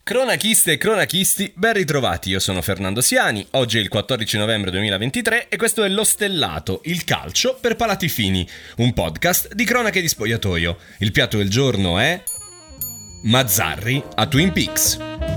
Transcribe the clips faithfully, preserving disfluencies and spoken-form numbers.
Cronachiste e cronachisti, ben ritrovati, io sono Fernando Siani, oggi è il quattordici novembre duemilaventitré e questo è Lo Stellato, il calcio per palati fini, un podcast di cronache di spogliatoio. Il piatto del giorno è Mazzarri a Twin Peaks.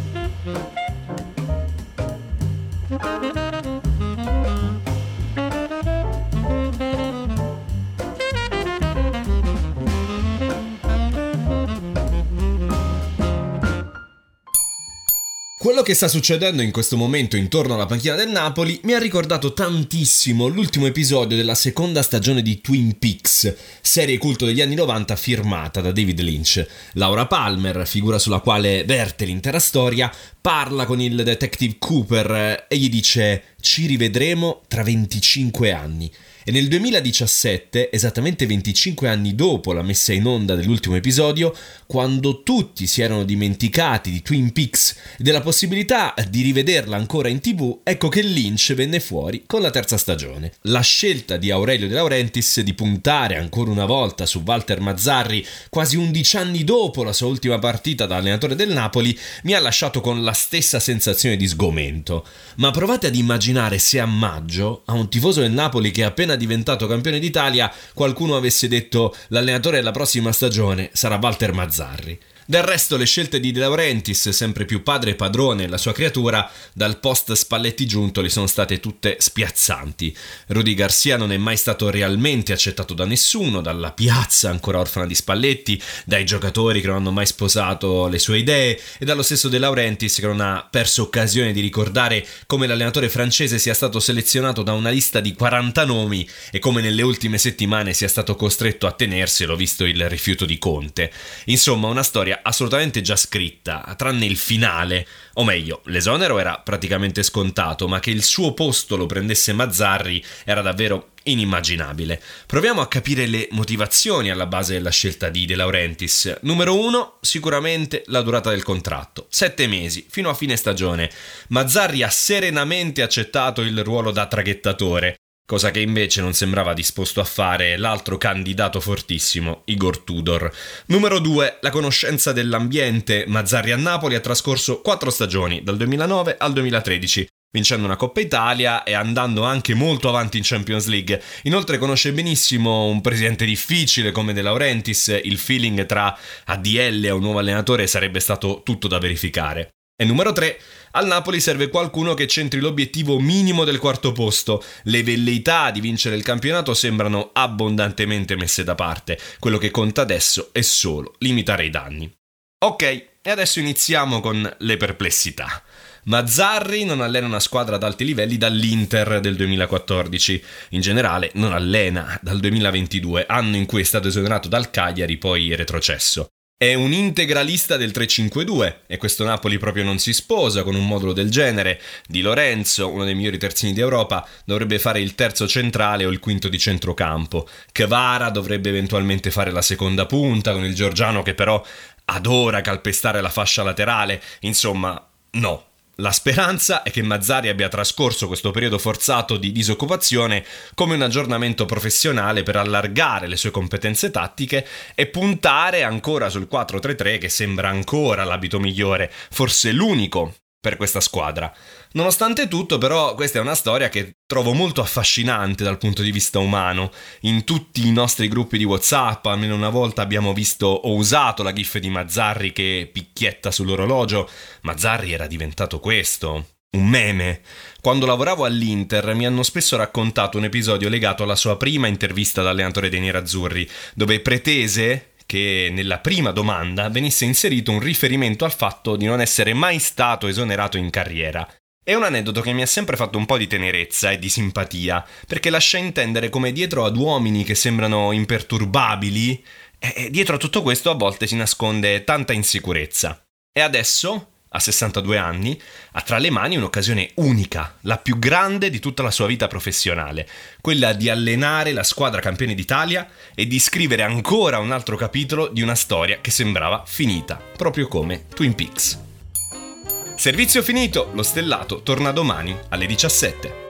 Quello che sta succedendo in questo momento intorno alla panchina del Napoli mi ha ricordato tantissimo l'ultimo episodio della seconda stagione di Twin Peaks, serie culto degli anni novanta firmata da David Lynch. Laura Palmer, figura sulla quale verte l'intera storia, parla con il detective Cooper e gli dice «Ci rivedremo tra venticinque anni». E nel duemiladiciassette, esattamente venticinque anni dopo la messa in onda dell'ultimo episodio, quando tutti si erano dimenticati di Twin Peaks e della possibilità di rivederla ancora in tv, ecco che Lynch venne fuori con la terza stagione. La scelta di Aurelio De Laurentiis di puntare ancora una volta su Walter Mazzarri, quasi undici anni dopo la sua ultima partita da allenatore del Napoli, mi ha lasciato con la stessa sensazione di sgomento. Ma provate ad immaginare se a maggio, a un tifoso del Napoli che appena diventato campione d'Italia, qualcuno avesse detto l'allenatore della prossima stagione sarà Walter Mazzarri. Del resto le scelte di De Laurentiis, sempre più padre e padrone la sua creatura, dal post Spalletti Giuntoli sono state tutte spiazzanti. Rudy Garcia non è mai stato realmente accettato da nessuno, dalla piazza ancora orfana di Spalletti, dai giocatori che non hanno mai sposato le sue idee e dallo stesso De Laurentiis che non ha perso occasione di ricordare come l'allenatore francese sia stato selezionato da una lista di quaranta nomi e come nelle ultime settimane sia stato costretto a tenerselo visto il rifiuto di Conte. Insomma, una storia assolutamente già scritta, tranne il finale, o meglio, l'esonero era praticamente scontato, ma che il suo posto lo prendesse Mazzarri era davvero inimmaginabile. Proviamo a capire le motivazioni alla base della scelta di De Laurentiis. Numero uno, sicuramente la durata del contratto, sette mesi, fino a fine stagione. Mazzarri ha serenamente accettato il ruolo da traghettatore, cosa che invece non sembrava disposto a fare l'altro candidato fortissimo, Igor Tudor. Numero due, la conoscenza dell'ambiente. Mazzarri a Napoli ha trascorso quattro stagioni, dal duemilanove al duemilatredici, vincendo una Coppa Italia e andando anche molto avanti in Champions League. Inoltre conosce benissimo un presidente difficile come De Laurentiis, il feeling tra A D L e un nuovo allenatore sarebbe stato tutto da verificare. E numero tre, al Napoli serve qualcuno che centri l'obiettivo minimo del quarto posto. Le velleità di vincere il campionato sembrano abbondantemente messe da parte. Quello che conta adesso è solo limitare i danni. Ok, e adesso iniziamo con le perplessità. Mazzarri non allena una squadra ad alti livelli dall'Inter del duemilaquattordici. In generale non allena dal duemilaventidue, anno in cui è stato esonerato dal Cagliari, poi retrocesso. È un integralista del tre cinque due e questo Napoli proprio non si sposa con un modulo del genere. Di Lorenzo, uno dei migliori terzini d'Europa, dovrebbe fare il terzo centrale o il quinto di centrocampo. Kvara dovrebbe eventualmente fare la seconda punta con il georgiano che però adora calpestare la fascia laterale. Insomma, no. La speranza è che Mazzarri abbia trascorso questo periodo forzato di disoccupazione come un aggiornamento professionale per allargare le sue competenze tattiche e puntare ancora sul quattro tre tre che sembra ancora l'abito migliore, forse l'unico per questa squadra. Nonostante tutto, però, questa è una storia che trovo molto affascinante dal punto di vista umano. In tutti i nostri gruppi di WhatsApp, almeno una volta abbiamo visto o usato la gif di Mazzarri che picchietta sull'orologio. Mazzarri era diventato questo, un meme. Quando lavoravo all'Inter mi hanno spesso raccontato un episodio legato alla sua prima intervista da allenatore dei nerazzurri, dove pretese che nella prima domanda venisse inserito un riferimento al fatto di non essere mai stato esonerato in carriera. È un aneddoto che mi ha sempre fatto un po' di tenerezza e di simpatia, perché lascia intendere come dietro ad uomini che sembrano imperturbabili, e dietro a tutto questo a volte si nasconde tanta insicurezza. E adesso, a sessantadue anni, ha tra le mani un'occasione unica, la più grande di tutta la sua vita professionale, quella di allenare la squadra campione d'Italia e di scrivere ancora un altro capitolo di una storia che sembrava finita, proprio come Twin Peaks. Servizio finito, Lo Stellato torna domani alle diciassette.